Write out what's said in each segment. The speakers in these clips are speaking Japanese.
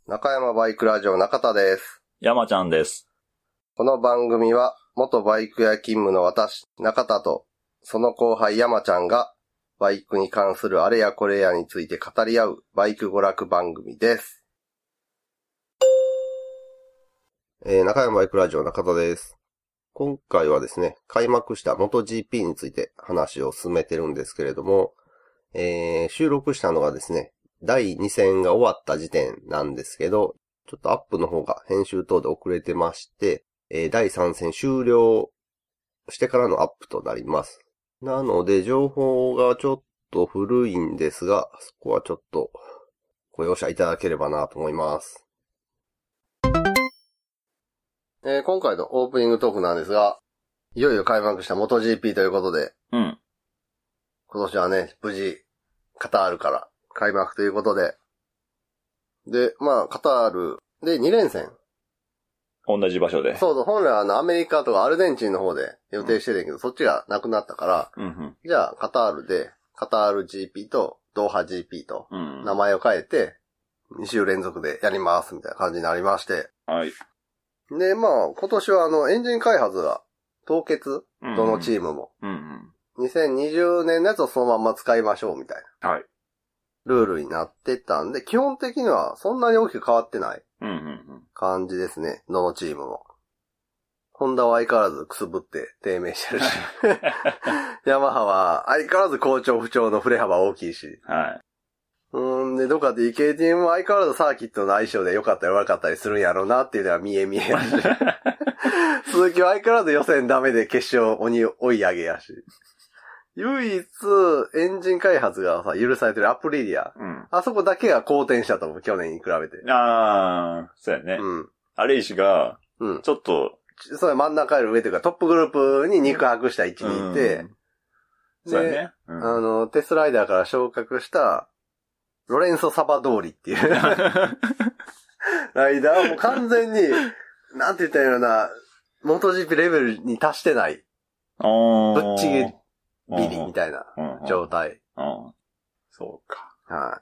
中山バイクラジオ中田です。 山ちゃんです。 この番組は元バイク屋勤務の私、中田とその後輩山ちゃんがバイクに関するあれやこれやについて語り合うバイク娯楽番組です。中山バイクラジオ中田です。今回はですね、開幕した MotoGP について話を進めてるんですけれども、収録したのがですね、第2戦が終わった時点なんですけど、ちょっとアップの方が編集等で遅れてまして、第3戦終了してからのアップとなります。なので、情報がちょっと古いんですが、そこはちょっとご容赦いただければなと思います。今回のオープニングトークなんですが、いよいよ開幕した MotoGP ということで、今年はね、無事、カタールから開幕ということで、で、カタールで2連戦。 同じ場所で。 そうそう、本来はアメリカとかアルゼンチンの方で予定してるんだけど、そっちがなくなったから、じゃあカタールで、カタール GP とドーハ GP と名前を変えて、2週連続でやりますみたいな感じになりまして。 はい。 で、今年はエンジン開発が凍結、どのチームも。2020年のやつをそのまま使いましょうみたいな。 はい。 ルールになってたんで、基本的にはそんなに大きく変わってない感じですね、どのチームも。ホンダは相変わらずくすぶって低迷してるし、ヤマハは相変わらず好調不調の振れ幅大きいし。 はい。 で、どっかで KTM も相変わらずサーキットの相性で良かったり悪かったりするんやろうなっていうのは見えやし。鈴木は相変わらず予選ダメで決勝鬼追い上げやし。唯一、エンジン開発が許されてるアプリリア。あそこだけが好転したと思う、去年に比べて。 そうやね。アレイシが、ちょっと、 そう真ん中より上というかトップグループに肉薄した位置にいて、 そうやね。 テストライダーから昇格した、ロレンソ・サバドーリっていう、ライダーはもう完全に、なんて言ったらいいのな、MotoGP レベルに達してない。ぶっちぎビリみたいな状態。 そうか。 はい。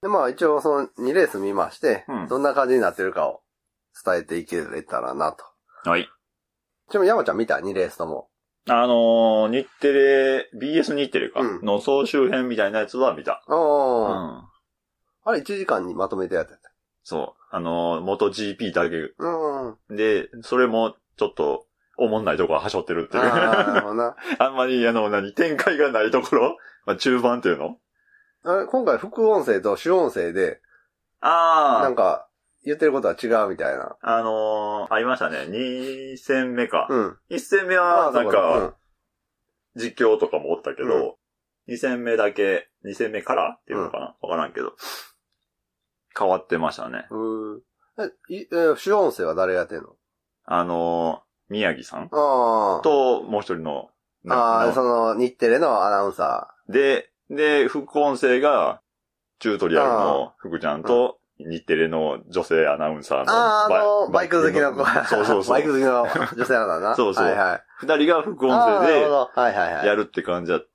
で、一応その2レース見まして、どんな感じになってるかを伝えていけれたらなと。 はい。 ちなみに山ちゃん見た ?2 レースとも。 日テレ、BS 日テレか、の総集編みたいなやつは見た。あれ1時間にまとめてやってた。 そう。MotoGP だけ。で、それもちょっと、おもんないとこははしょってるっていう。あんまり、展開がないところ、中盤っていうの今回副音声と主音声で、なんか、言ってることは違うみたいな。 ありましたね。2戦目か。1戦目は、なんか、実況とかもおったけど、2戦目だけ、2戦目からっていうのかなわからんけど、変わってましたね。 主音声は誰やってんの宮城さんと、もう一人の、 その、日テレのアナウンサー。で、副音声が、チュートリアルの福ちゃんと、日テレの女性アナウンサーの。 バイク好きの子。そう。バイク好きの女性アナウンサーな。 そう。二人が副音声で、やるって感じやって、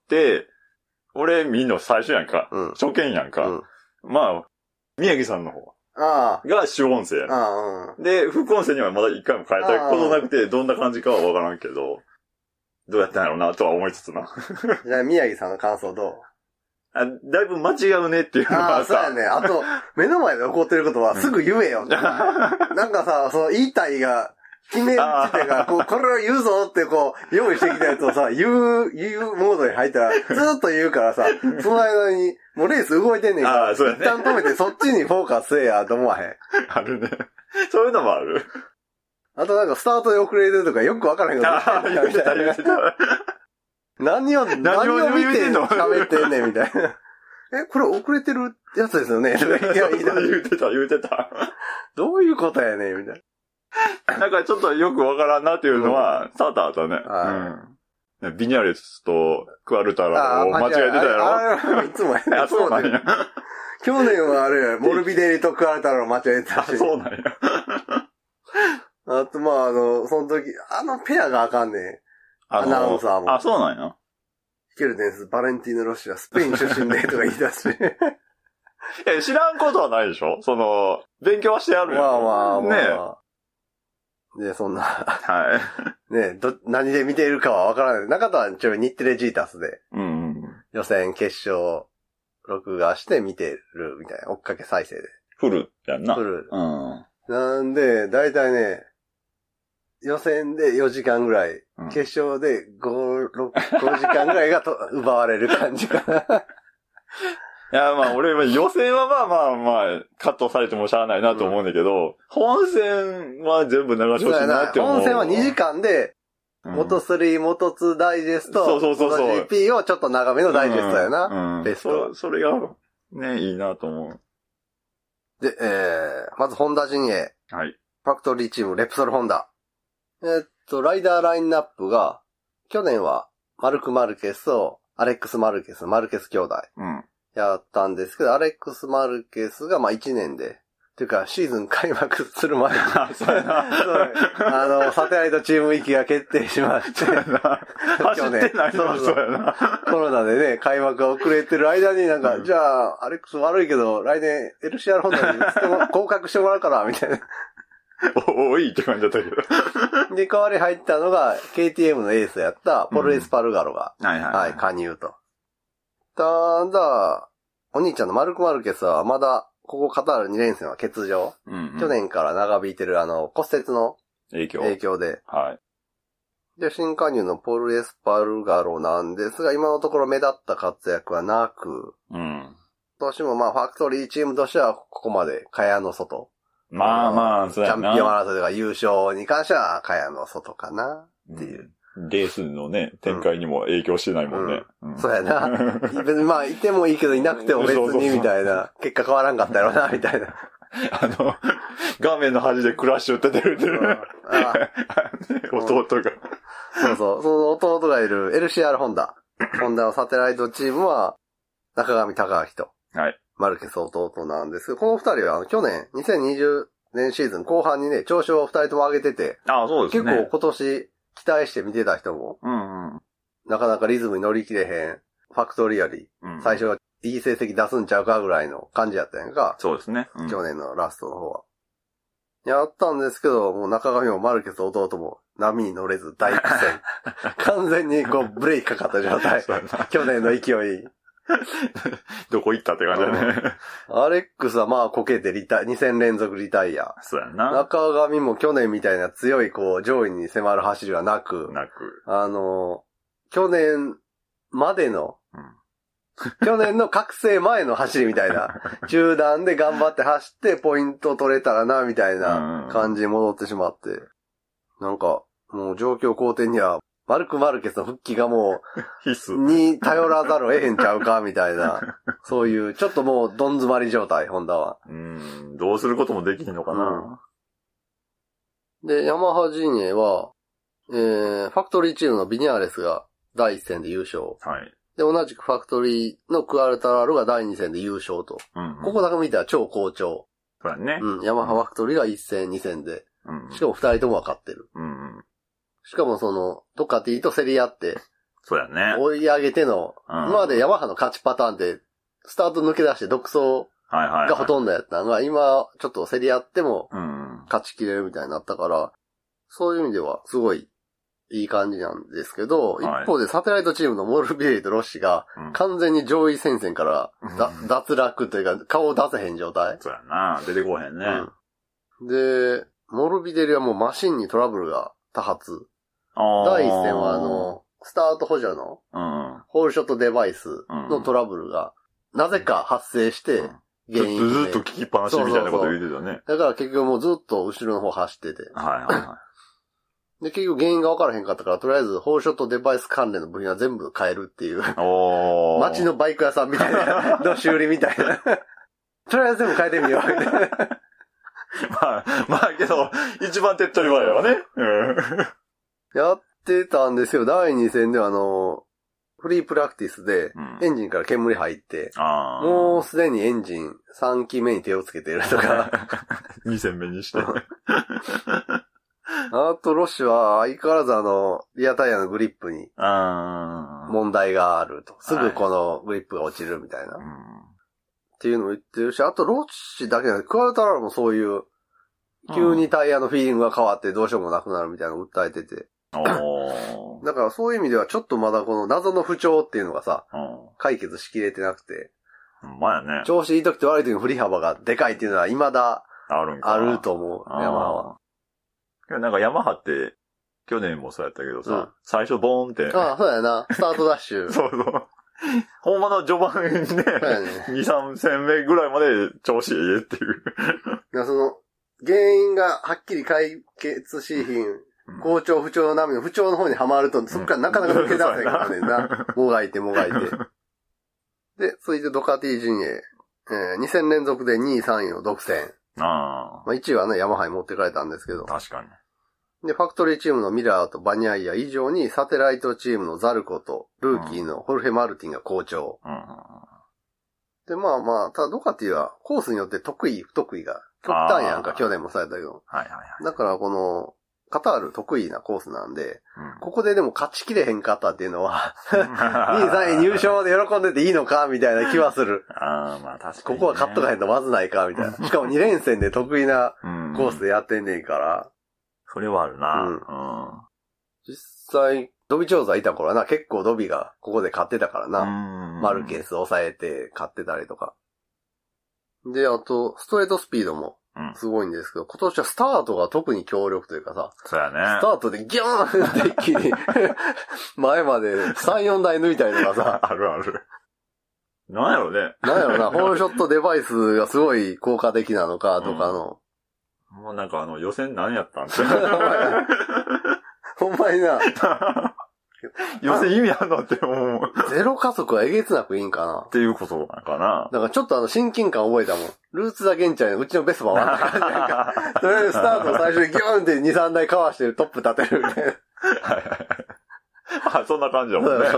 俺見んの最初やんか。初見やんか。宮城さんの方。が主音声やね。で、副音声にはまだ一回も変えたことなくて、どんな感じかはわからんけど、どうやったんやろうなとは思いつつな。 じゃあ、宮城さんの感想どう？ だいぶ間違うねっていうのがそうやね。あと、目の前で起こってることはすぐ言えよ。なんかさ、言いたいが、決めるっていうか、これを言うぞって用意してきたやつをさ、言うモードに入ったら、ずーっと言うからさ、その間に、もうレース動いてんねんから、一旦止めてそっちにフォーカスせえやと思わへん。 あるね。そういうのもある。 あとなんかスタートで遅れてるとかよくわからへんこと言ってた。 何を見て喋ってんねんみたいな。これ遅れてるやつですよね。言ってた。 どういうことやねんみたいな。 なんかちょっとよくわからんなっていうのは、多々あったね。ビニャレスとクアルタラを間違えてたやろ。 いつもやね。 そうなんや。 去年はあれ、モルビデリとクアルタラを間違えてたし。 そうなんや。 あと、その時、ペアがあかんねん。アナウンサーも。 そうなんや。 ヒケルデンス、バレンティーノ・ロッシはスペイン出身でとか言い出すし。 知らんことはないでしょ勉強はしてあるよ。 まあ。ねそんな。 はい。 ね何で見ているかはわからない。中田はちょい日テレジータスで。予選、決勝、録画して見てるみたいな。追っかけ再生で。 フルやんな。 フル。なんで、だいたいね、予選で4時間ぐらい、決勝で5時間ぐらいが奪われる感じかな。 いや、まあ、俺は予選はまあ、カットされてもしゃあないなと思うんだけど、本戦は全部流してほしいなって思う。 本戦は2時間で、元3、元2ダイジェスト、元 GP をちょっと長めのダイジェストやな。ベスト。 それが、ね、いいなと思う。 で、まずホンダ陣営。 はい。 ファクトリーチーム、レプソルホンダ。ライダーラインナップが、去年は、マルク・マルケスと、アレックス・マルケス兄弟。やったんですけど、アレックス・マルケスが1年で、というかシーズン開幕する前に、 そうやな。 サテライトチーム行きが決定しまして、 走ってないのそうやな。 コロナでね、開幕が遅れてる間にじゃあ、アレックス悪いけど、来年 LCR ホンダに降格してもらうから、みたいな。 いいって感じだったけど。 で、代わり入ったのが、KTM のエースやった、ポル・エスパルガロが、加入と。ただ、お兄ちゃんのマルク・マルケスはまだ、ここカタール2連戦は欠場。去年から長引いてる骨折の影響で。 はい。 で、新加入のポル・エスパルガロなんですが、今のところ目立った活躍はなく、今年もファクトリーチームとしてはここまで蚊帳の外。 そうやな。 チャンピオン争いとか優勝に関しては蚊帳の外かなっていう。 レースのね、展開にも影響してないもんね。 そうやな。別にいてもいいけどいなくても別にみたいな。結果変わらんかったやろな、みたいな。 画面の端でクラッシュって出る。弟が。 その弟がいる LCR ホンダ。ホンダのサテライトチームは、中上隆明と、マルケス弟なんですけど、この二人は去年、2020年シーズン後半にね、調子を二人とも上げてて、 そうですね。 結構今年、期待して見てた人も、なかなかリズムに乗り切れへん、ファクトリーより、最初はいい成績出すんちゃうかぐらいの感じやったやんか。 そうですね。 去年のラストの方は。やったんですけど、もう中上もマルケス弟も波に乗れず大苦戦。完全にブレーキかかった状態。去年の勢い。 どこ行ったって感じだね。 アレックスはこけて2戦連続リタイア。 そうやな。 中上も去年みたいな強い上位に迫る走りはなく。去年までの、去年の覚醒前の走りみたいな。中段で頑張って走ってポイント取れたらな、みたいな感じに戻ってしまって。もう状況好転には、マルク・マルケスの復帰がもう、 必須に頼らざるを得へんちゃうか、みたいな。そういう、ちょっともう、どん詰まり状態、ホンダは。 どうすることもできひんのかな。 で、ヤマハ陣営は、ファクトリーチームのビニャーレスが第1戦で優勝。で、同じくファクトリーのクアルタラールが第2戦で優勝と。ここだけ見たら超好調。 そうだね。 ヤマハファクトリーが1戦、2戦で。しかも2人とも勝ってる。しかもドカティと競り合って、 そうやね。 追い上げての、今までヤマハの勝ちパターンで、スタート抜け出して独走がほとんどやったのが、今ちょっと競り合っても、勝ち切れるみたいになったから、そういう意味ではすごいいい感じなんですけど、一方でサテライトチームのモルビエイとロッシが、完全に上位戦線から脱落というか、顔を出せへん状態。 そうやな、出てこへんね。 で、モルビデリはもうマシンにトラブルが多発。第一戦はスタート補助の、ホールショットデバイスのトラブルが、なぜか発生して、 原因で。ずっと聞きっぱなしみたいなこと言ってたね。 だから結局もうずっと後ろの方走ってて。で、結局原因が分からへんかったから、とりあえずホールショットデバイス関連の部品は全部変えるっていう。街のバイク屋さんみたいな、の修理みたいな。とりあえず全部変えてみよう。 まあけど、一番手っ取り早いわね。 やってたんですよ。第2戦ではフリープラクティスで、エンジンから煙入って、もうすでにエンジン3機目に手をつけているとか。 2戦目にして。 あと、ロッシュは相変わらずリアタイヤのグリップに、問題があると。すぐこのグリップが落ちるみたいな。 っていうのも言ってるし、あとロッシだけじゃなくて、クアルタラロもそういう、急にタイヤのフィーリングが変わってどうしようもなくなるみたいなのを訴えてて。だからそういう意味ではちょっとまだこの謎の不調っていうのがさ、解決しきれてなくて。 まあね。 調子いい時と悪い時の振り幅がでかいっていうのは未だあると思う、ヤマハは。 なんかヤマハって、去年もそうやったけどさ、最初ボーンって。 ああ、そうやな。スタートダッシュ。 そうそう。ほんまの序盤ね、2、3戦目ぐらいまで調子いいっていう。 その、原因がはっきり解決しひん、好調不調の波の不調の方にはまると、そっからなかなか抜け出せんからねんな。もがいて。で、続いてドカティ陣営。2戦連続で2位3位を独占。まあ1位はね、ヤマハに持ってかれたんですけど。 確かに。 で、ファクトリーチームのミラーとバニャイア以上に、サテライトチームのザルコと、ルーキーのホルヘ・マルティンが好調。で、まあまあ、ただドカティはコースによって得意、不得意が極端やんか、去年もされたけど。だからこの、カタール得意なコースなんで、ここででも勝ちきれへんかったっていうのは、2位3位入賞で喜んでていいのかみたいな気はする。 まあ確かに、ね。 ここは勝っとかへんとまずないかみたいな。しかも2連戦で得意なコースでやってんねんから。 それはあるな。 実際、ドビ調査いた頃はな、結構ドビがここで勝ってたからな。マルケス抑えて勝ってたりとか。で、あと、ストレートスピードもすごいんですけど、今年はスタートが特に強力というかさ。 そうやね。 スタートでギューンって一気に前まで3、4台抜いたりとかさ。 あるある。なんやろね。 なんやろな、ホールショットデバイスがすごい効果的なのかとかの。 もうなんか予選何やったんってほんまにな。 予選意味あんのって思う。 ゼロ加速はえげつなくいいんかな。 っていうことなんかな。 だからちょっと親近感覚えたもん。ルーツ・ザ・ゲンチャイのうちのベスパはあんな感じなんか。とりあえずスタートを最初にギューンって2、3台かわしてトップ立てるみたいな。 そんな感じだもんね。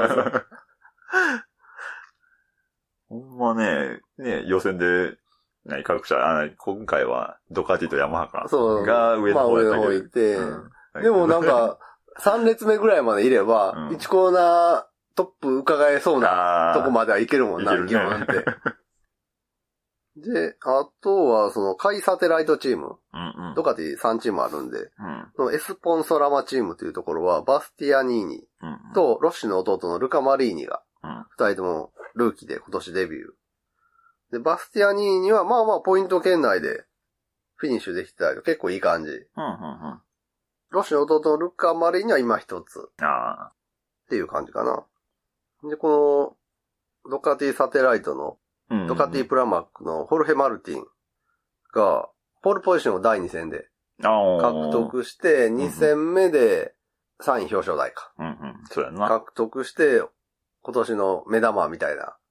ほんまね、予選で、各社、今回はドカティとヤマハか。 そう。 が上の方やったけど。 まあ上の方行って。でもなんか、3列目ぐらいまでいれば、1コーナートップ伺えそうなとこまではいけるもんな、ギューンって。で、あとは、その、カイサテライトチーム。ドカティ3チームあるんで、そのエスポンソラマチームというところは、バスティアニーニとロッシの弟のルカ・マリーニが、2人ともルーキーで今年デビュー。で、バスティアニーニはまあまあポイント圏内でフィニッシュできてたけど結構いい感じ。ロッシの弟のルカ・マリーニは今一つ。っていう感じかな。で、このドカティサテライトのドカティプラマックのホルヘ・マルティンがポールポジションを第2戦で獲得して、2戦目で3位表彰台か。 そうやな。 獲得して、今年の目玉みたいな。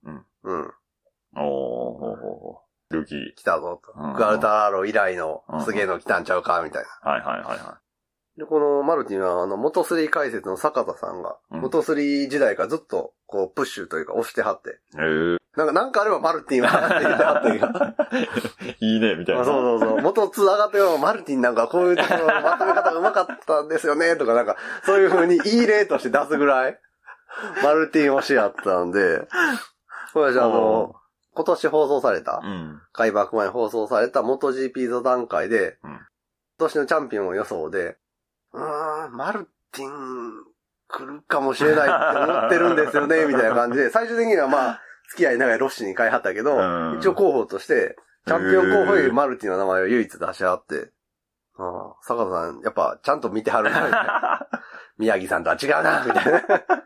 ルーキー。 来たぞと。グアルタラーロ以来のすげえの来たんちゃうかみたいな。で、このマルティンは、元3解説の坂田さんが、元3時代からずっと、こう、プッシュというか押してはって。なんかあればマルティンはって言ってはっていいね、みたいな。 そう。元2上がってよ、マルティンなんかこういうところまとめ方が上手かったんですよね、とかなんか、そういう風にいい例として出すぐらい、マルティン推しやったんで、これじゃ今年放送された、開幕前に放送された元 GP 座談会で、今年のチャンピオン予想で、マルティン来るかもしれないって思ってるんですよね、みたいな感じで、最終的にはまあ、付き合い長いロッシに変えはったけど、一応候補として、チャンピオン候補よりマルティンの名前を唯一出し合って、坂田さん、やっぱちゃんと見てはるな、宮城さんとは違うな、みたいな。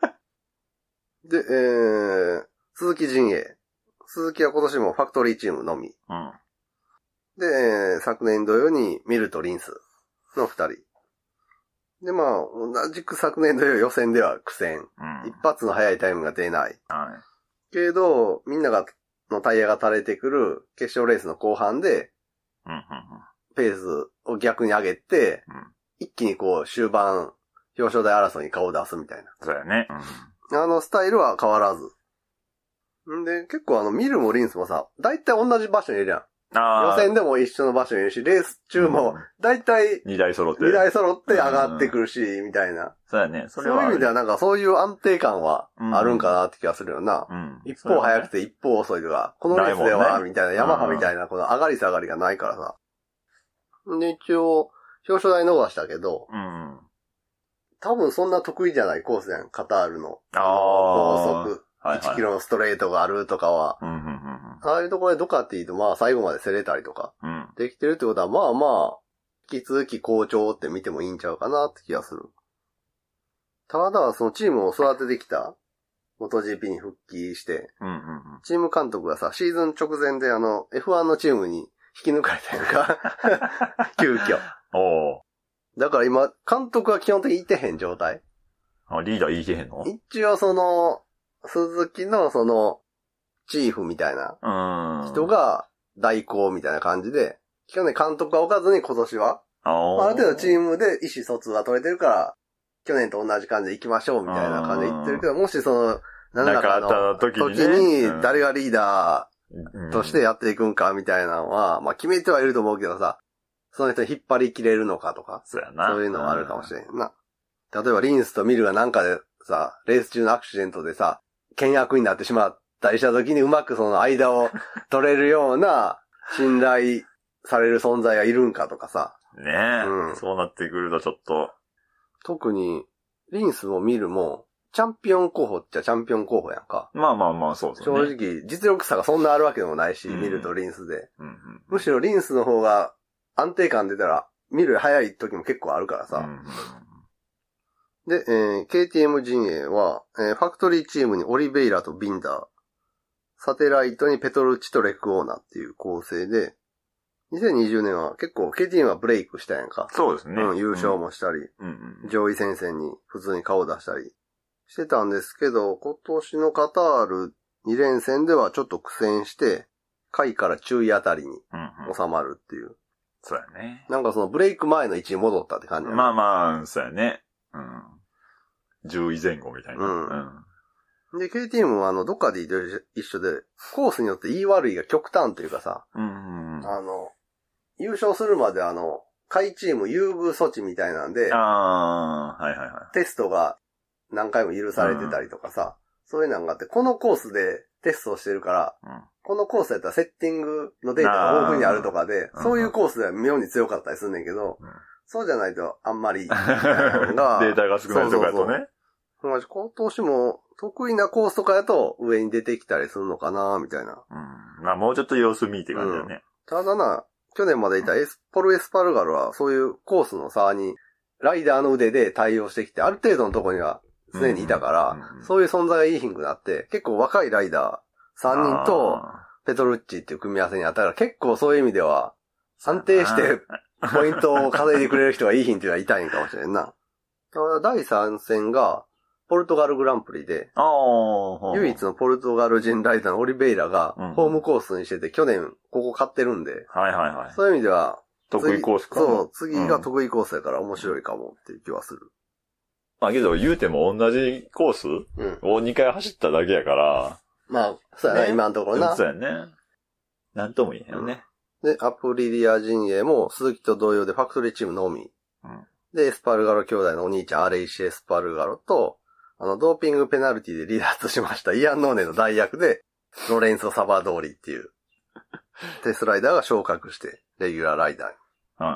で、鈴木陣営。鈴木は今年もファクトリーチームのみ。で、昨年同様にミルとリンスの2人。で、まあ、同じく昨年同様予選では苦戦。一発の速いタイムが出ない。けど、みんなのタイヤが垂れてくる決勝レースの後半で、ペースを逆に上げて、一気にこう終盤、表彰台争いに顔を出すみたいな。 そうやね。 スタイルは変わらず。んで、結構ミルもリンスもさ、だいたい同じ場所にいるやん。 予選でも一緒の場所にいるし、レース中も、だいたい 2台揃って上がってくるし、みたいな。 そうやね。 そういう意味ではなんかそういう安定感はあるんかなって気がするよな。一方早くて一方遅いとか、このレースでは、みたいな、ヤマハみたいな、この上がり下がりがないからさ。で、一応、表彰台逃したけど、多分そんな得意じゃないコースやん、カタールの。高速。1キロのストレートがあるとかは。ああいうところでドカティとまあ最後まで競れたりとか。できてるってことはまあまあ、引き続き好調って見てもいいんちゃうかなって気がする。ただ、そのチームを育ててきた、MotoGP に復帰して、チーム監督がさ、シーズン直前でF1 のチームに引き抜かれたやんか。急遽。だから今、監督は基本的にいてへん状態。 リーダーいてへんの？ 一応鈴木のチーフみたいな人が代行みたいな感じで、去年監督は置かずに今年は、ある程度チームで意思疎通が取れてるから、去年と同じ感じで行きましょうみたいな感じで言ってるけど、もし何らかの時に誰がリーダーとしてやっていくんかみたいなのは、まあ決めてはいると思うけどさ、その人に引っ張り切れるのかとか、そういうのはあるかもしれんな。例えばリンスとミルがなんかでさ、レース中のアクシデントでさ、倹約になってしまったりした時にうまくその間を取れるような信頼される存在がいるんかとかさ。 ねえ、そうなってくるとちょっと。 特に、リンスもミルも、チャンピオン候補っちゃチャンピオン候補やんか。 まあ、そうですね。 正直、実力差がそんなあるわけでもないし、ミルとリンスで。むしろリンスの方が安定感出たら、ミル早い時も結構あるからさ。で、KTM 陣営は、ファクトリーチームにオリベイラとビンダー、サテライトにペトルチとレクオーナっていう構成で、2020年は結構 KTM はブレイクしたやんか。 そうですね。 優勝もしたり、上位戦線に普通に顔を出したりしてたんですけど、今年のカタール2連戦ではちょっと苦戦して、下位から中位あたりに収まるっていう。 そうやね。 なんかブレイク前の位置に戻ったって感じやね。 まあ、そうやね。10位前後みたいな。で、KTM はドカディと一緒で、コースによって言い悪いが極端というかさ、優勝するまで下位チーム優遇措置みたいなんで、テストが何回も許されてたりとかさ、そういうのがあって、このコースでテストをしてるから、このコースやったらセッティングのデータが豊富にあるとかで、そういうコースでは妙に強かったりするんだけど、そうじゃないとあんまり、データが少ないとかやとね。 今年も得意なコースとかやと上に出てきたりするのかなみたいな。 まあもうちょっと様子見って感じだね。 ただな、去年までいたポルエスパルガルはそういうコースの差にライダーの腕で対応してきて、ある程度のところには常にいたから、そういう存在がいいひんくなって、結構若いライダー3人とペトルッチっていう組み合わせにあったから、結構そういう意味では安定してポイントを稼いでくれる人がいいひんっていうのは痛いんかもしれんな。ただ第3戦がポルトガルグランプリで、唯一のポルトガル人ライダーのオリベイラがホームコースにしてて、去年ここ買ってるんで、そういう意味では、 得意コースか。 そう、次が得意コースやから面白いかもっていう気はする。 まあけど言うても同じコースを2回走っただけやから。 まあ、そうやな、今のところな。 そうやね。なんとも言えへんよね。 で、アプリリア陣営も鈴木と同様でファクトリーチームのみ。で、エスパルガロ兄弟のお兄ちゃんアレイシ・エスパルガロと、ドーピングペナルティで離脱しましたイアン・ノーネの代役で、ロレンソ・サバドーリっていう、テスライダーが昇格して、レギュラーライダーに。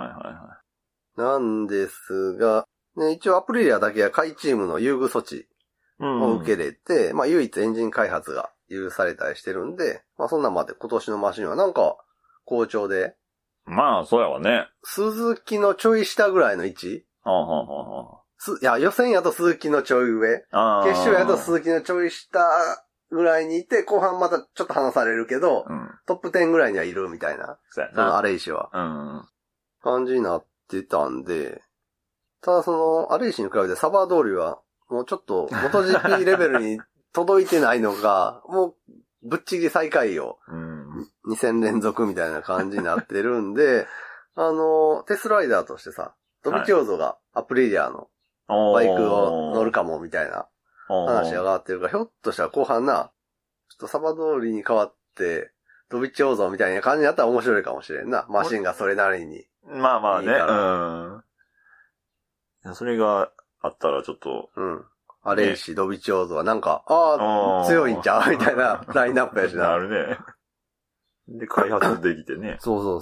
なんですが、ね、一応アプリリアだけは下位チームの優遇措置を受けれて、まあ唯一エンジン開発が許されたりしてるんで、まあそんなんまで今年のマシンはなんか好調で。 まあそうやわね。 鈴木のちょい下ぐらいの位置いや、予選やと鈴木のちょい上。決勝やと鈴木のちょい下ぐらいにいて、後半またちょっと離されるけど、トップ10ぐらいにはいるみたいな。 そうやな。 そのアレイシは。感じになってたんで、ただアレイシに比べてサバードーリは、もうちょっと、元 GP レベルに届いてないのが、もう、ぶっちぎり最下位を、2戦連続みたいな感じになってるんで、テスライダーとしてさ、ドビチョーゾがアプリリアのバイクを乗るかもみたいな話が上がってるから、ひょっとしたら後半な、ちょっとサバドーリに変わって、 ドビッチ王像みたいな感じになったら面白いかもしれんな。マシンがそれなりに。 まあまあね。それがあったらちょっと。 アレイシ、ドビッチ王像はなんか、強いんちゃうみたいなラインナップやしな。 なるね。で、開発できてね。 そう。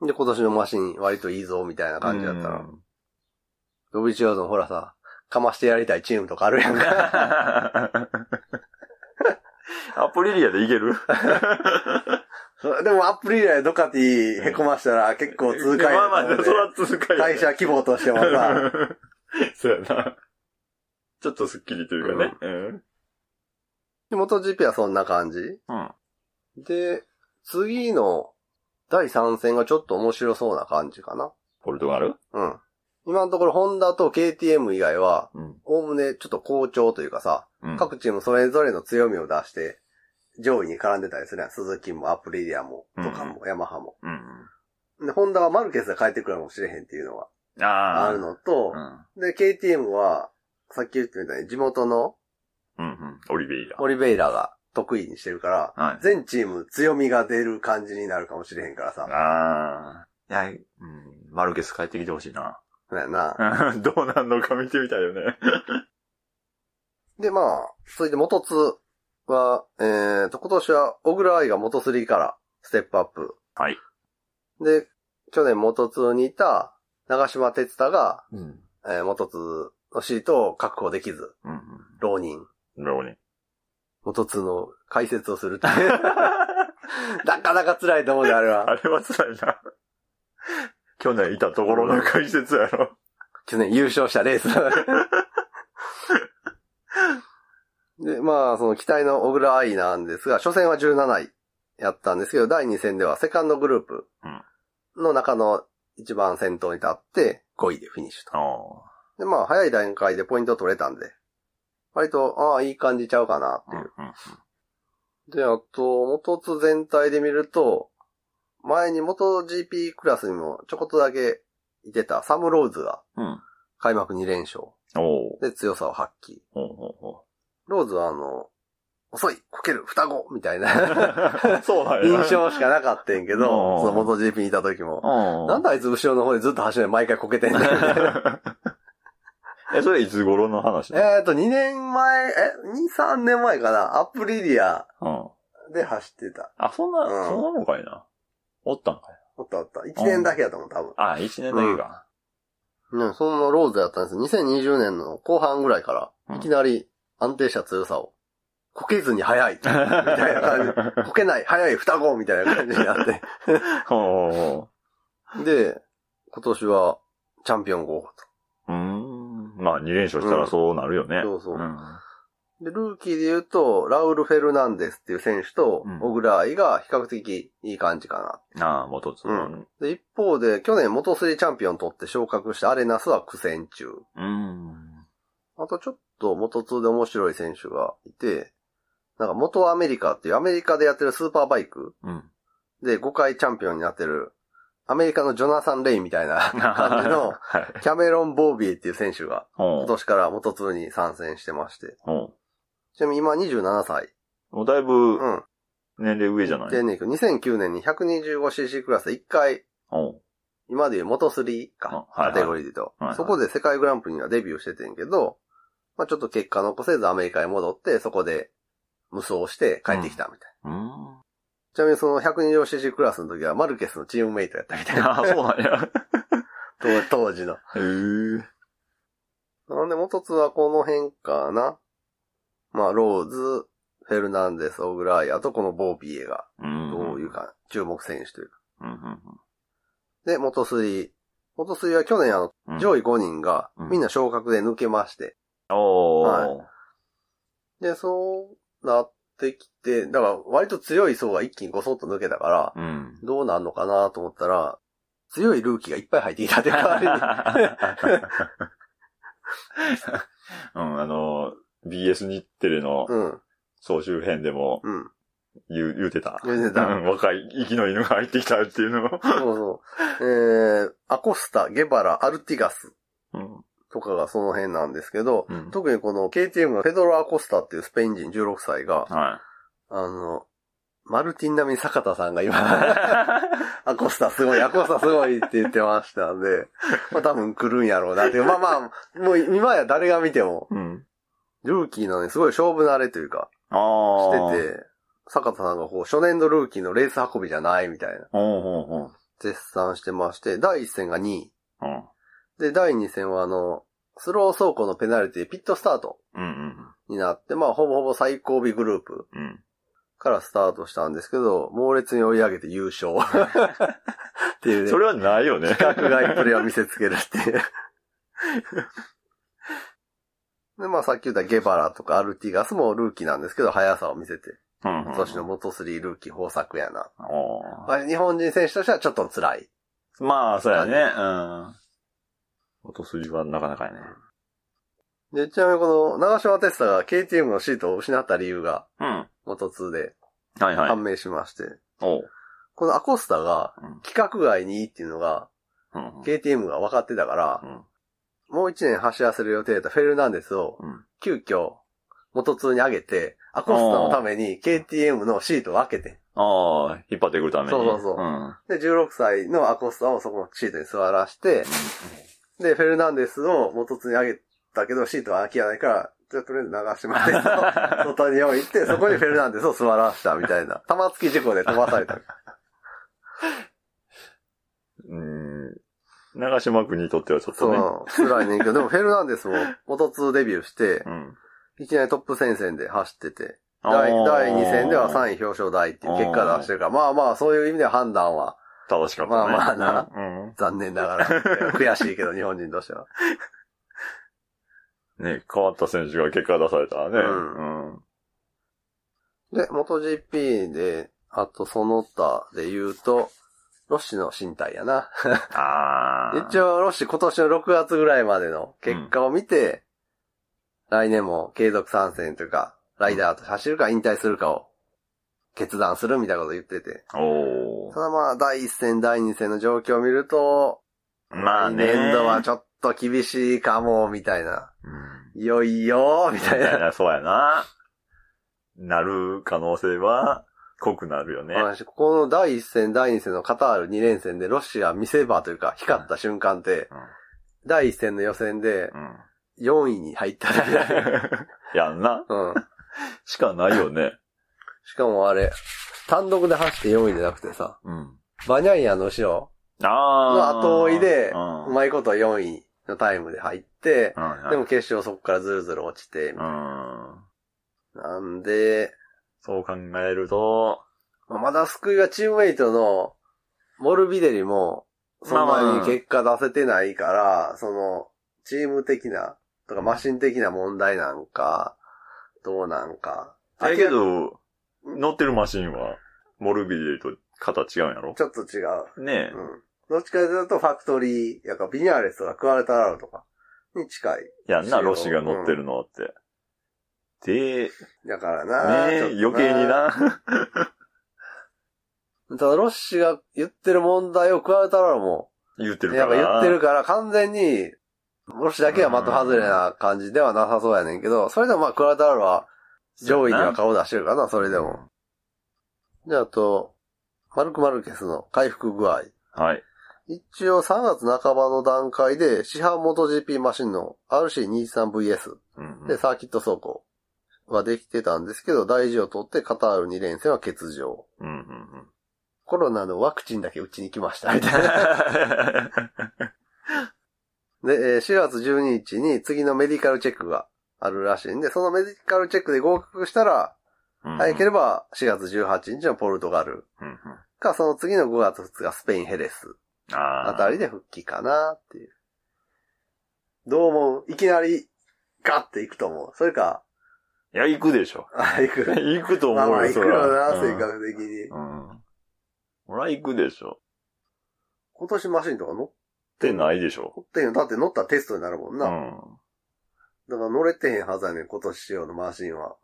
で、今年のマシン割といいぞ、みたいな感じだったら。ドビッチ王像ほらさ、かましてやりたいチームとかあるやんか。 アプリリアでいけるでもアプリリアでドカティへこましたら結構痛快や。 まあ、そら痛快や。 会社規模としてもさ。 そうやな。ちょっとスッキリというかね。 で、MotoGP はそんな感じ。で、次の第3戦がちょっと面白そうな感じかな。 ポルトガル？ 今のところホンダと KTM 以外は、おおむねちょっと好調というかさ、各チームそれぞれの強みを出して、上位に絡んでたりするやん。鈴木もアプリリアも、とかも、ヤマハも。で、ホンダはマルケスが帰ってくるかもしれへんっていうのがあるのと、で、KTM は、さっき言ってみたように地元の、 オリベイラが得意にしてるから、全チーム強みが出る感じになるかもしれへんからさ。 マルケス帰ってきてほしいな。 そうやな。 どうなんのか見てみたいよね。 で、まあ、続いて元2は、今年は小倉愛が元3からステップアップ。 はい。 で、去年元2にいた長島哲太が、元2のシートを確保できず、浪人。元2の解説をするって。なかなか辛いと思うで、あれは。 あれは辛いな。去年いたところの解説やろ。 去年優勝したレース。で、まあ、その期待の小倉愛なんですが、初戦は17位やったんですけど、第2戦ではセカンドグループの中の一番先頭に立って5位でフィニッシュと。で、まあ、早い段階でポイント取れたんで、割と、いい感じちゃうかなっていう。で、あと、元津全体で見ると、前に元 GP クラスにもちょこっとだけいてたサム・ローズが、開幕2連勝。で、強さを発揮。ローズは遅い、こける、双子みたいなそうなんや印象しかなかったんけど、その元 GP にいた時も、なんであいつ後ろの方でずっと走るの毎回こけてんだよみたいな。 それいつ頃の話 2年前、2、3年前かな、アプリリアで走ってた。 そんなのかいな。おったんかいな。 おった。1年だけやと思う、多分。 1年だけか。 そのローズやったんです。2020年の後半ぐらいから、いきなり安定した強さを、こけずに速い、みたいな感じ。こけない、速い、双子みたいな感じになって。で、今年はチャンピオン候補と。 まあ2連勝したらそうなるよね。 そう。で、ルーキーで言うと、ラウル・フェルナンデスっていう選手と、小倉愛が比較的いい感じかな。元2。 で、一方で、去年元3チャンピオン取って昇格したアレナスは苦戦中。あとちょっと元2で面白い選手がいて、なんか元アメリカっていうアメリカでやってるスーパーバイク、で5回チャンピオンになってる、アメリカのジョナサン・レイみたいな感じの、キャメロン・ボービーっていう選手が、今年から元2に参戦してまして。ちなみに今27歳。 もうだいぶ、年齢上じゃない 2009年に 125cc クラスで1回、今でいう元3か、カテゴリーで言うと、そこで世界グランプリにはデビューしててんけど、まあちょっと結果残せずアメリカへ戻って、そこで無双して帰ってきたみたいな。ちなみにその 120cc クラスの時はマルケスのチームメイトやったみたいな。 そうなんや。 当時の。なんで元津はこの辺かな。まあローズ、フェルナンデス、オグライアとこのボービエが、どういうか、注目選手というか。で、元3。元3は去年上位5人がみんな昇格で抜けまして。で、そうなってきて、だから割と強い層が一気にごそっと抜けたから、どうなんのかなと思ったら、強いルーキーがいっぱい入っていたって代わりに。BS 日テレの総集編でも言うてた。若い生きの犬が入ってきたっていうのを。 そう。アコスタ、ゲバラ、アルティガスとかがその辺なんですけど、特にこの KTM のペドロ・アコスタっていうスペイン人16歳が、 マルティン並みに坂田さんが今、アコスタすごいって言ってましたんで、まあ多分来るんやろうなっていう。まあ、もう今や誰が見ても、ルーキーのね、すごい勝負慣れというか、してて、坂田さんがこう、初年度ルーキーのレース運びじゃないみたいな。絶賛してまして、第1戦が2位。で、第2戦はスロー走行のペナルティでピットスタートになって、まあほぼほぼ最後尾グループからスタートしたんですけど、猛烈に追い上げて優勝。っていうね。 それはないよね。 規格外プレーを見せつけるっていう。で、まあさっき言ったゲバラとかアルティガスもルーキーなんですけど、速さを見せて。今年の元3ルーキー豊作やな。日本人選手としてはちょっと辛い。 まあ、そうやね。元3はなかなかやね。 で、ちなみにこの長島テスタが KTM のシートを失った理由が、元2で判明しまして、このアコスタが規格外にいいっていうのが、KTM が分かってたから、もう1年走らせる予定だったフェルナンデスを、急遽元2に上げて、アコスタのために KTM のシートを開けて。 引っ張ってくるために。 そう。で、16歳のアコスタをそこのシートに座らして、で、フェルナンデスを元2に上げたけど、シートは開きやないから、じゃあとりあえず流してもらって、外に置いて、そこにフェルナンデスを座らしたみたいな。玉突き事故で飛ばされた。 長島君にとってはちょっとね。 そう、辛いねんけど、でもフェルナンデスも元2デビューして、いきなりトップ戦線で走ってて、第2戦では3位表彰台っていう結果出してるから、まあまあそういう意味では判断は、 正しかったね。 まあな、残念ながら、悔しいけど日本人としては。 ね、変わった選手が結果出されたらね。 で、MotoGP で、あとその他で言うと、ロッシの身体やな。一応ロッシ今年の6月ぐらいまでの結果を見て、来年も継続参戦というか、ライダーと走るか引退するかを決断するみたいなこと言ってて。ただまあ、第1戦、第2戦の状況を見ると、 まあね。 年度はちょっと厳しいかも、みたいな。いよいよ、みたいな。 そうやな。なる可能性は濃くなるよね。 ここの第1戦、第2戦のカタール2連戦でロッシが見せ場というか光った瞬間って、第1戦の予選で4位に入ったみたいな。 やんな。しかないよね。 しかもあれ、単独で走って4位じゃなくてさ、バニャイアの後ろの後追いで、うまいこと4位のタイムで入って、でも決勝そこからずるずる落ちて、みたいな。なんで、 そう考えると、 まだ救いはチームメイトのモルビデリも、そんなに結果出せてないから、その、チーム的な、とかマシン的な問題なんか、どうなんか。 だけど、乗ってるマシンは、モルビデリと形違うんやろ？ ちょっと違う。 ねえ。 どっちかというとファクトリー、やかビニャーレスとかクワレタラロとかに近い。 やんな、ロシが乗ってるのって。で、 だからな。 ねえ、余計にな。 ただロッシが言ってる問題をクワレタラロも言ってるから。 やっぱ言ってるから完全に、ロッシだけは的外れな感じではなさそうやねんけど、それでもまあクワレタラロは上位には顔出してるかな、それでも。じゃああと、マルク・マルケスの回復具合。 はい。 一応3月半ばの段階で市販元 GP マシンの RC23VS でサーキット走行はできてたんですけど、大事を取ってカタール2連戦は欠場。コロナのワクチンだけうちに来ました、みたいな。で、4月12日に次のメディカルチェックがあるらしいんで、そのメディカルチェックで合格したら、早ければ4月18日のポルトガルか、その次の5月2日スペインヘレスあたりで復帰かなっていう。どう思う？いきなりガッて行くと思う？それか、 いや、行くでしょ。 行く。 行くと思うよ。 まあ行くよな、性格的に。 俺は行くでしょ。 今年マシンとか乗ってないでしょ。 乗ってんよ。だって乗ったらテストになるもんな。だから乗れてへんはずやねん、今年仕様のマシンは。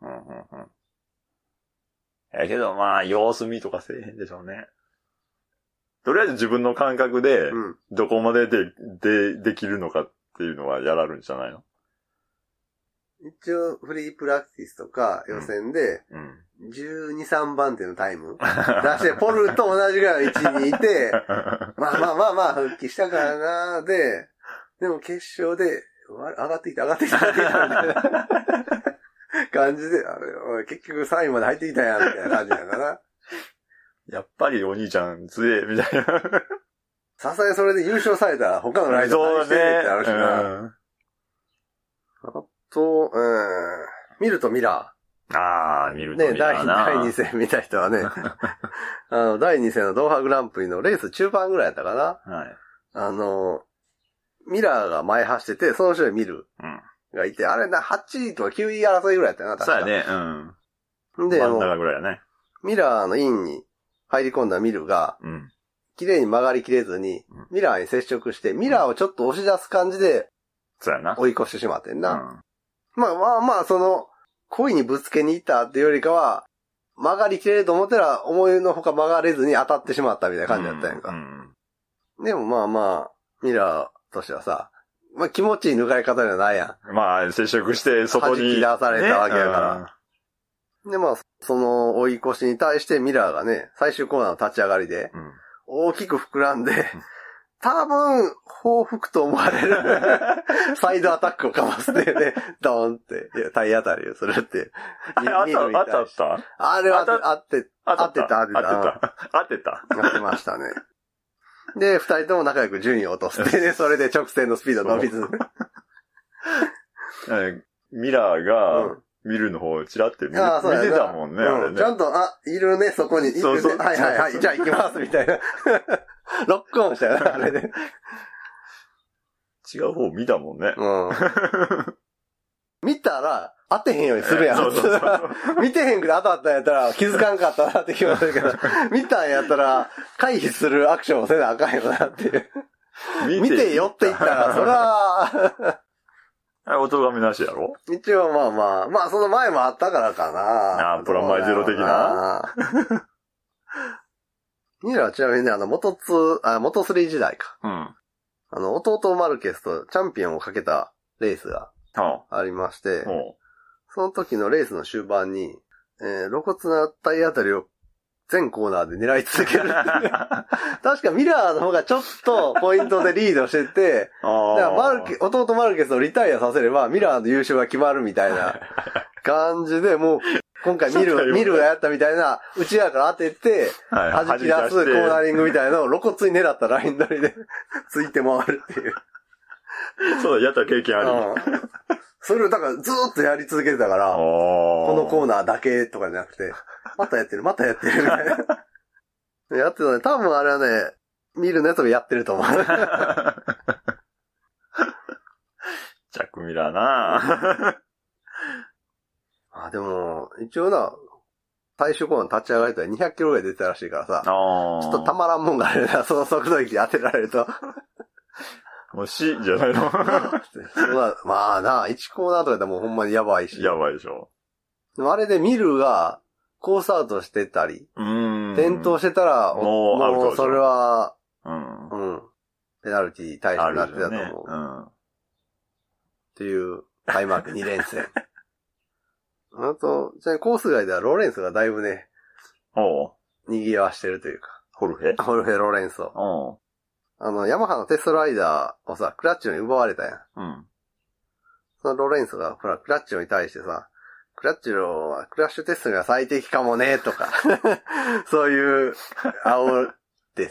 やけどまあ、様子見とかせえへんでしょうね。とりあえず自分の感覚で、どこまでできるのかっていうのはやられるんじゃないの？ 一応フリープラクティスとか予選で、12、3番手のタイム出して、ポルと同じぐらいの位置にいて、まあ、復帰したからなでも決勝で、上がってきたみたいな感じで、結局3位まで入ってきたやん、みたいな感じやからな。 やっぱりお兄ちゃん強え、みたいな。 さすがにそれで優勝されたら他のライダー何してるってあるしな。あと、ミルとミラー。 ミルとミラーな。 第2戦見た人はね、第2戦のドーハグランプリのレース中盤ぐらいやったかな。はい。ミラーが前走ってて、その後ろにミルがいて、あれな、8位とか9位争いぐらいやったよな、確か。 そうやね、で、真ん中ぐらいやね。 ミラーのインに入り込んだミルが、綺麗に曲がりきれずに、ミラーに接触して、ミラーをちょっと押し出す感じで、 そうやな。 追い越してしまってんな。まあ、故意にぶつけに行ったっていうよりかは、曲がりきれると思ったら、思いのほか曲がれずに当たってしまったみたいな感じだったやんか。でもまあ、ミラーとしてはさ、気持ちいい抜かれ方じゃないやん。 まあ、接触して外に。 弾き出されたわけやから。で、その追い越しに対してミラーがね、最終コーナーの立ち上がりで、大きく膨らんで、多分、報復と思われるサイドアタックをかますってね、ドーンって、体当たりをするって。 あったあれは合ってた。 合ってましたね。で、二人とも仲良く順位を落として、ね、それで直線のスピード伸びず。 ミラーが、ミルの方をチラって見てたもんね、あれね。 ちゃんと、いるね、そこに。そう。はい、じゃあ行きます、みたいな。ロックオンしたよな、あれで。 違う方見たもんね。 見たら、当てへんようにするやん。見てへんくて当たったんやったら気づかんかったなって気もするけど、見たんやったら回避するアクションをせなあかんよなっていう。見てよって言ったら、そら、 おとがめなしやろ？ 一応まあその前もあったからかな。 プラマイゼロ的な。 ミラーはちなみにね、元3時代か。弟マルケスとチャンピオンをかけたレースがありまして、その時のレースの終盤に、露骨な体当たりを全コーナーで狙い続ける。確かミラーの方がちょっとポイントでリードしてて、だから弟マルケスをリタイアさせればミラーの優勝が決まるみたいな感じで、もう今回ミルがやったみたいな内側から当てて、弾き出すコーナーリングみたいなのを露骨に狙ったライン取りでついて回るっていう。 そうだ、やった経験ある。 それをだからずーっとやり続けてたから、このコーナーだけとかじゃなくて、またやってるみたいな。やってたね。多分あれはね、見るのやつもやってると思う。ジャックミラーなでも、一応な、最終コーナー立ち上がりとは200キロぐらい出てたらしいからさ、ちょっとたまらんもんがあるな、その速度域で当てられると。 もう死じゃないのまあな、1コーナーとかでもほんまにやばいし。 やばいでしょ。 でもあれでミルがコースアウトしてたり、転倒してたら、もうそれは、ペナルティ対象になってたと思う。っていう開幕2連戦。あと、ちなみにコース外ではロレンソがだいぶね、賑わしてるというか。 ホルフェロレンソ。ヤマハのテストライダーをさ、クラッチョに奪われたやん。そのロレンソが、ほら、クラッチョに対してさ、クラッチョはクラッシュテストには最適かもね、とか。そういう、煽って、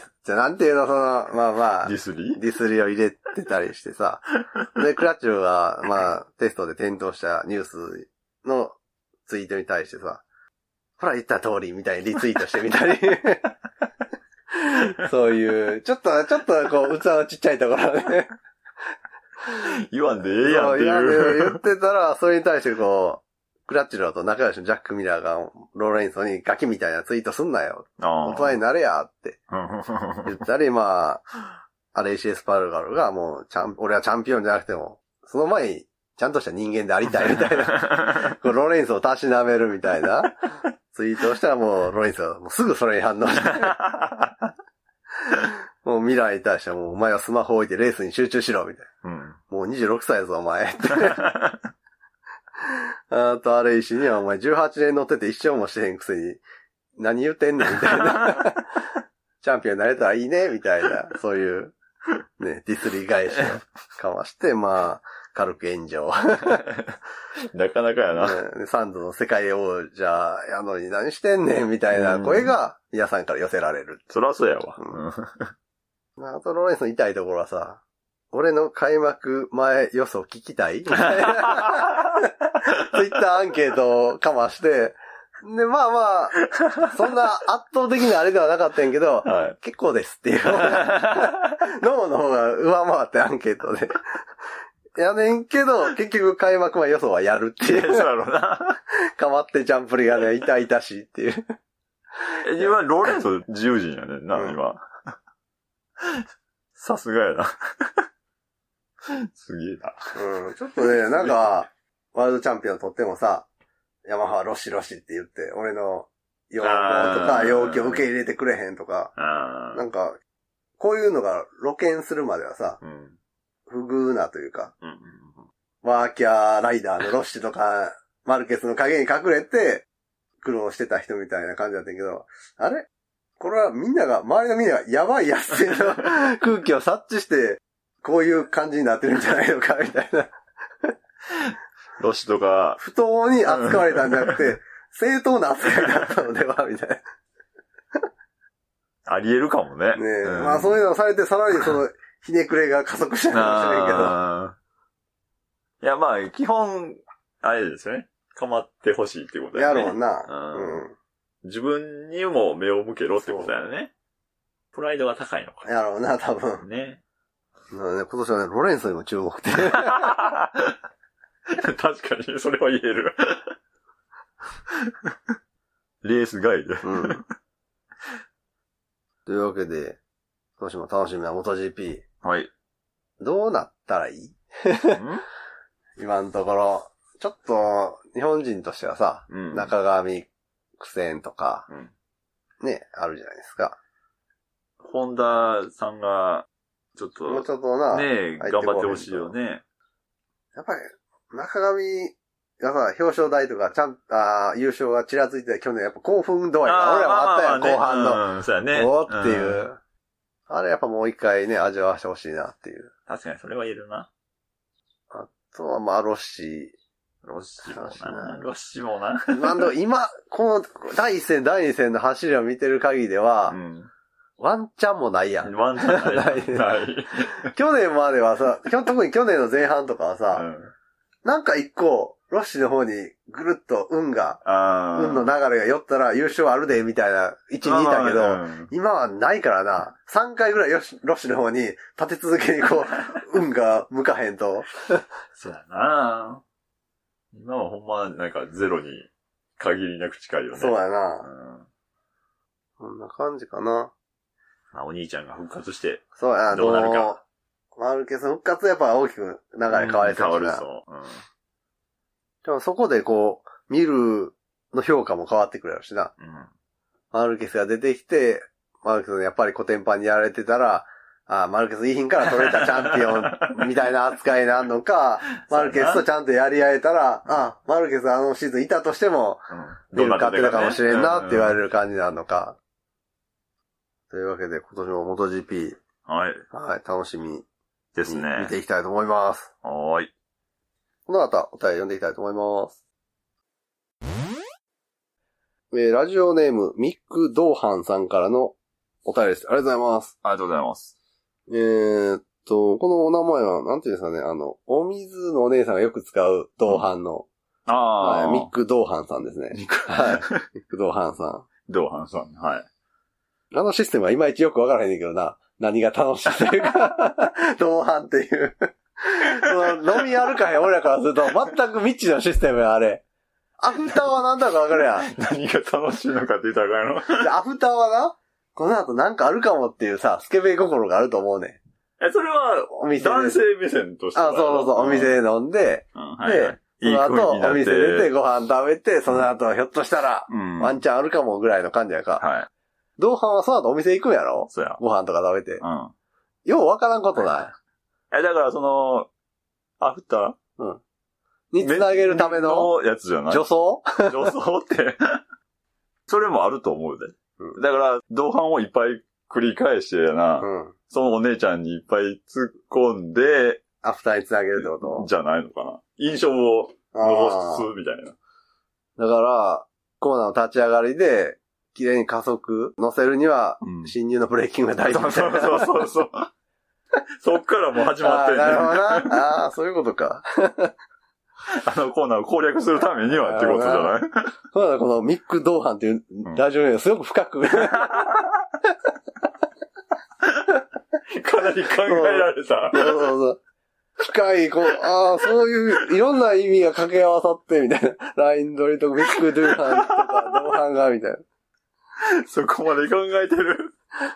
じゃなんていうの、まあ、 ディスリを入れてたりしてさ。で、クラッチョが、テストで転倒したニュースのツイートに対してさ、ほら言った通りみたいにリツイートしてみたり。そういう、ちょっとこう、器のちっちゃいところで、 言わんでええやんっていう。 言ってたら、それに対してこう、クラッチローと仲良しのジャック・ミラーが、ローレンソにガキみたいなツイートすんなよ。大人になれや、って言ったり、アレイシエス・パルガルがもう、俺はチャンピオンじゃなくても、その前に、ちゃんとした人間でありたいみたいな、こうローレンソをたしなめるみたいな、ツイートをしたらもう、ローレンソはもうすぐそれに反応して、もうミラーに対してはもう、お前はスマホ置いてレースに集中しろ、みたいな。もう26歳やぞ、お前。 あと、あれ石にはお前18年乗ってて一生もしてへんくせに、何言ってんねんみたいな。チャンピオンになれたらいいねみたいな、そういう、ね、ディスり返しをかまして、まあ、軽く炎上。 なかなかやな。 ね、サンドの世界王者やのに何してんねんみたいな声が皆さんから寄せられる。 そらそうやわ。 あとローレンスの痛いところはさ、俺の開幕前予想聞きたいみたいな。ツイッターアンケートをかまして、で、まあまあ、そんな圧倒的なあれではなかったんやけど、はい、結構ですっていう。脳の方が上回ってアンケートで。やねんけど、結局開幕前予想はやるっていう。 そうだろうな。 かまってジャンプリがね、痛々しいっていう。 今、ローレンス自由人やねんな、今。さすがやな。すげえな。 ちょっとね、なんか、ワールドチャンピオン取ってもさ、ヤマハロシロシって言って、俺の要望とか要求を受け入れてくれへんとか、なんか、こういうのが露見するまではさ、不遇なというか、ワーキャーライダーのロッシュとか、マルケスの影に隠れて、苦労してた人みたいな感じだったけど、あれこれは周りのみんながやばいやつの空気を察知して、こういう感じになってるんじゃないのか、みたいな。 ロシとか。 不当に扱われたんじゃなくて、正当な扱いだったのでは、みたいな。 あり得るかもね。 ねえ、まあそういうのをされて、さらにその、ひねくれが加速したかもしれんけど。 いや、まあ、基本、あれですよね。かまってほしいっていうことだよね。 やろうな。 自分にも目を向けろってことだよね。プライドが高いのか。 やろうな、多分。 ね。 今年はね、ロレンソにも注目って。 確かに、それは言える。レースガイド。 というわけで、今年も楽しみな MotoGP。 はい。 どうなったらいい今のところ、ちょっと、日本人としてはさ、中上苦戦とか、ね、あるじゃないですか。 ホンダさんが、ちょっと、 もうちょっとな、 ね、頑張ってほしいよね。 やっぱり、中上がさ、表彰台とか、優勝がちらついてた去年、やっぱ興奮度合いが、俺らもあったやん、後半の。 そうやね。 おーっていう。あれやっぱもう一回ね、味わわしてほしいなっていう。 確かにそれは言えるな。 あとはまあ、ロッシもな。 今、この第一戦、第二戦の走りを見てる限りでは、ワンチャンもないやん。 ワンチャンない。ない。 去年まではさ、特に去年の前半とかはさ、なんか一個、ロッシの方にぐるっと運の流れが寄ったら優勝あるで、みたいな位置にいたけど、今はないからな、3回ぐらいロッシの方に立て続けにこう、運が向かへんと。 そうやな。今はほんまなんかゼロに限りなく近いよね。 そうやな。こんな感じかな。 まあお兄ちゃんが復活して、 そうやな、 どうなるか。 マルケス復活やっぱ大きく流れ変わりそう変わるそう。 でもそこでこう、ミルの評価も変わってくるやろしな。マルケスが出てきて、マルケスのやっぱりコテンパンにやられてたら、マルケスいい品から取れたチャンピオンみたいな扱いになるのか、マルケスとちゃんとやり合えたら、マルケスあのシーズンいたとしても、ミル勝ってたかもしれんなって言われる感じになるのか。というわけで今年も MotoGP。 はい。 はい、楽しみですね。 見ていきたいと思います。 はい。 この後、お便り読んでいきたいと思います。ラジオネーム、ミック・ドーハンさんからのお便りです。ありがとうございます。 ありがとうございます。 このお名前は、なんていうんですかね、お水のお姉さんがよく使うドーハンの、ミック・ドーハンさんですね。はい。ミック・ドーハンさん。 ドーハンさん、はい。 あのシステムはいまいちよくわからへんねんけどな。何が楽しいというか、同伴っていう。飲み歩かへん俺らからすると、全く未知のシステムや、あれ。アフターは何だかわかるやん。 何が楽しいのかって言ったらあかんの。 アフターはな、この後なんかあるかもっていうさ、スケベ心があると思うねん。それは、男性目線としては。 そう、お店で飲んで、で、その後、お店出てご飯食べて、その後、ひょっとしたら、ワンチャンあるかもぐらいの感じやか。 はい。 同伴はその後お店行くんやろ？ そうや。 ご飯とか食べて。ようわからんことない。 だからアフターにつなげるためのやつじゃない？ 助走って。それもあると思うで。だから、同伴をいっぱい繰り返してやな、そのお姉ちゃんにいっぱい突っ込んで、 アフターにつなげるってことじゃないのかな。印象を残すみたいな。 だから、コーナーの立ち上がりで、綺麗に加速乗せるには、進入のブレーキングが大事みたいな。 そう。そっからもう始まってんね。 なるほどな。そういうことか。 コーナーを攻略するためにはってことじゃない？ そうだ、このミック・ドーハンっていうラジオネームすごく深く。 かなり考えられた。 そう。深い、そういう、いろんな意味が掛け合わさって、みたいな。ライン取りとミック・ドゥーハンとか、ドーハンが、みたいな。 そこまで考えてる。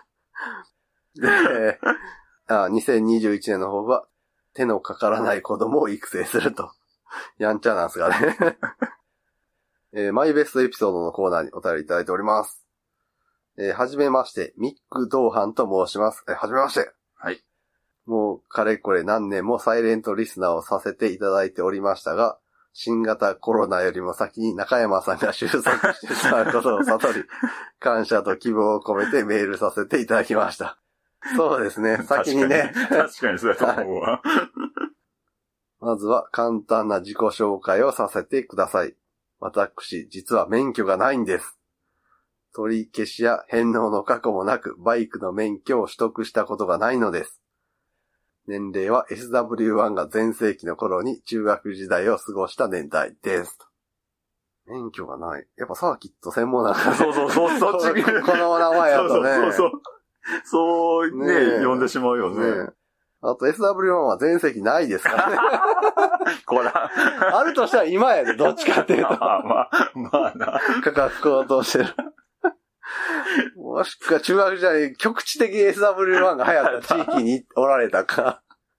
で、2021年の方は、手のかからない子供を育成すると。やんちゃなんすがね。マイベストエピソードのコーナーにお便りいただいております。はじめまして、ミック・ドーハンと申します。はじめまして。 はい。 もう、かれこれ何年もサイレントリスナーをさせていただいておりましたが、新型コロナよりも先に中山さんが収束してしまうことを悟り、感謝と希望を込めてメールさせていただきました。そうですね、先にね。 確かにそうだと思うわ。 まずは簡単な自己紹介をさせてください。私、実は免許がないんです。取り消しや返納の過去もなく、バイクの免許を取得したことがないのです。年齢は SW1 が全盛期の頃に中学時代を過ごした年代です。免許がない。やっぱサーキット専門なんだね。 そう、そっち。 この名前やとね。 そうね、呼んでしまうよね。 あと SW1 は全盛期ないですからね。 こら。 あるとしたら今やで、どっちかっていうと。 まあな。 価格高騰してる。もしくは中学時代に局地的に SW1 が流行った地域におられたか。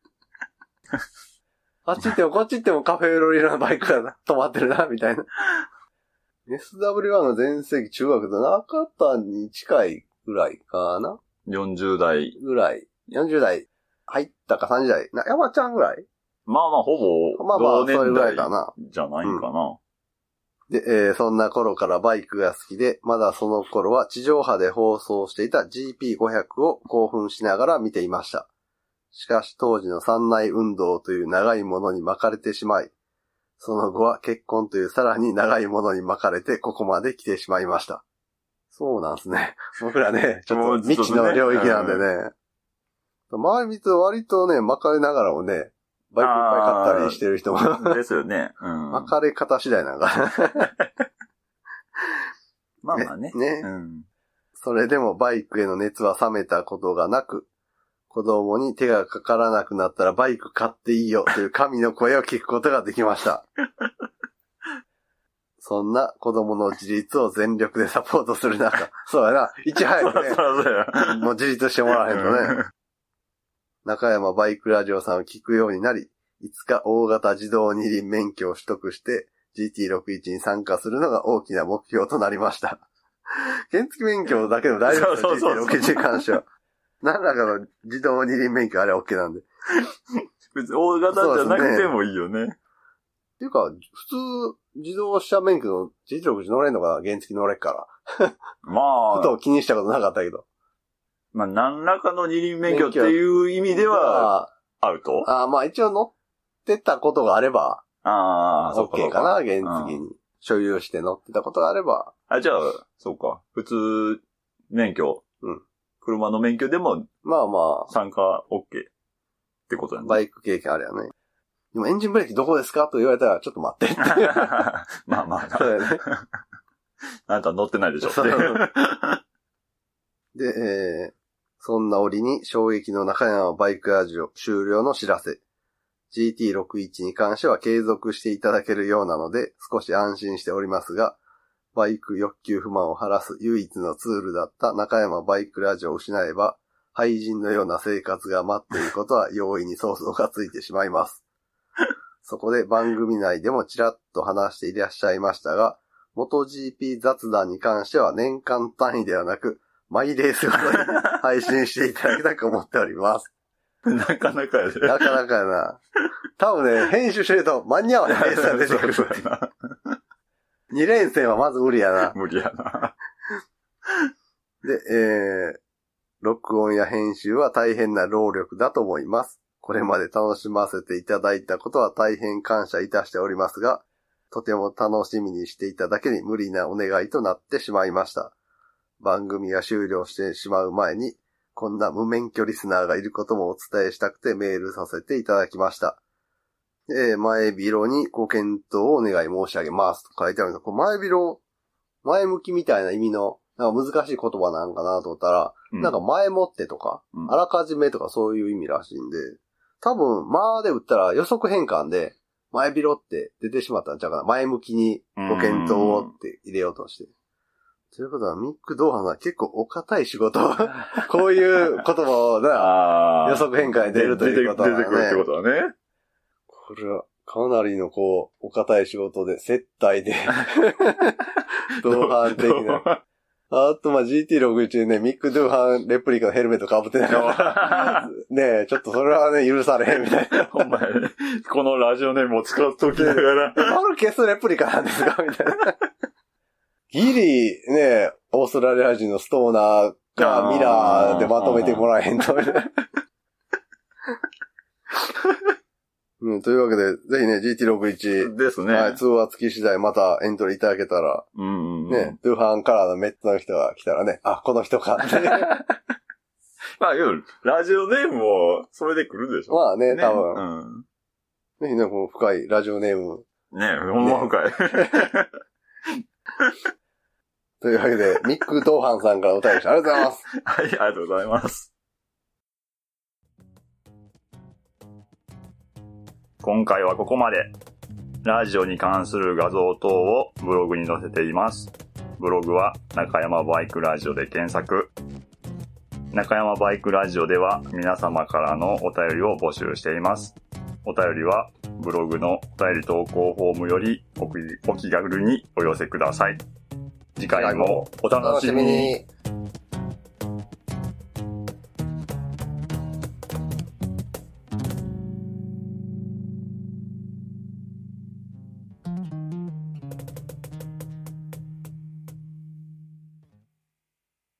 あっち行ってもこっち行ってもカフェロリのバイクが止まってるな、みたいな。SW1 の全盛期中学と中田に近いぐらいかな。 40代。 ぐらい。40代入ったか30代。山ちゃんぐらい？ まあほぼ、 それぐらいかな。 じゃないんかな。 で、そんな頃からバイクが好きで、まだその頃は地上波で放送していた GP500 を興奮しながら見ていました。しかし当時の山内運動という長いものに巻かれてしまい、その後は結婚というさらに長いものに巻かれてここまで来てしまいました。そうなんですね。僕らね、ちょっと未知の領域なんでね。周り見て割とね、巻かれながらもね、バイクいっぱい買ったりしてる人も。 ですよね。 巻かれ方次第なんかまあね。 ね。それでもバイクへの熱は冷めたことがなく、子供に手がかからなくなったらバイク買っていいよという神の声を聞くことができました。そんな子供の自立を全力でサポートする中、そうやな、いち早くね、もう自立してもらわへんとね。中山バイクラジオさんを聞くようになり、いつか大型自動二輪免許を取得して GT61 に参加するのが大きな目標となりました。原付免許だけでも大丈夫ですよ、GT61 に関しては。何らかの自動二輪免許あれは OK なんで。 別に大型じゃなくてもいいよね。 っていうか、普通、自動車免許の GT61 乗れんのかな、原付乗れっから。まあ。ふと気にしたことなかったけど。 まあ、何らかの二輪免許っていう意味では、アウト？ まあ一応乗ってたことがあれば、OK かな、原付に。所有して乗ってたことがあれば。 じゃあ、そうか。普通、免許。車の免許でも、 まあまあ。 参加 OK ってことだね。 バイク経験あれやね。でもエンジンブレーキどこですかと言われたら、ちょっと待ってって。 まあまあ。 そうやね。 あんた乗ってないでしょって。 で、そんな折に衝撃の中山バイクラジオ終了の知らせ。GT61 に関しては継続していただけるようなので少し安心しておりますが、バイク欲求不満を晴らす唯一のツールだった中山バイクラジオを失えば、廃人のような生活が待っていることは容易に想像がついてしまいます。そこで番組内でもちらっと話していらっしゃいましたが、MotoGP 雑談に関しては年間単位ではなく、マイレースごとに配信していただきたく思っております。 なかなかやで。 なかなかやな。 多分ね、編集してると間に合わないレースが出てくる。 そうやな。 2連戦はまず無理やな。 無理やな。 で、録音や編集は大変な労力だと思います。これまで楽しませていただいたことは大変感謝いたしておりますが、とても楽しみにしていただけに無理なお願いとなってしまいました。番組が終了してしまう前に、こんな無免許リスナーがいることもお伝えしたくてメールさせていただきました。前広にご検討をお願い申し上げますと書いてあるんですけど、前広、前向きみたいな意味のなんか難しい言葉なんかなと思ったら、なんか前もってとか、あらかじめとかそういう意味らしいんで、多分、で打ったら予測変換で、前広って出てしまったんちゃうかな。前向きにご検討をって入れようとして。ということは、ミック・ドーハンは結構お堅い仕事こういう言葉を予測変換に出るということはね。 出てくるってことはね。 これは、かなりのお堅い仕事で、接待で、ドーハン的な。あと、GT61 でね、ミック・ドゥーハンレプリカのヘルメット被ってないから。ねえ、ちょっとそれはね、許されへんみたいな。 お前、このラジオネームを使っときながら。 マルケスレプリカなんですかみたいな。ギリ、ね、オーストラリア人のストーナーがミラーでまとめてもらえへんと。というわけで、ぜひね、GT61。 ですね。 はい、通話付き次第またエントリーいただけたら、ね、ドゥーハンカラーのメッツの人が来たらね、あ、この人か。 まあ、ラジオネームも、それで来るでしょ。 まあね、多分。ぜひね、この深いラジオネーム。 ね、ほんま深い。 というわけで、ミック・ドーハンさんからお便りしてありがとうございます。 はい、ありがとうございます。今回はここまで。ラジオに関する画像等をブログに載せています。ブログは中山バイクラジオで検索。中山バイクラジオでは皆様からのお便りを募集しています。お便りはブログのお便り投稿フォームよりお気軽にお寄せください。次回もお楽しみに。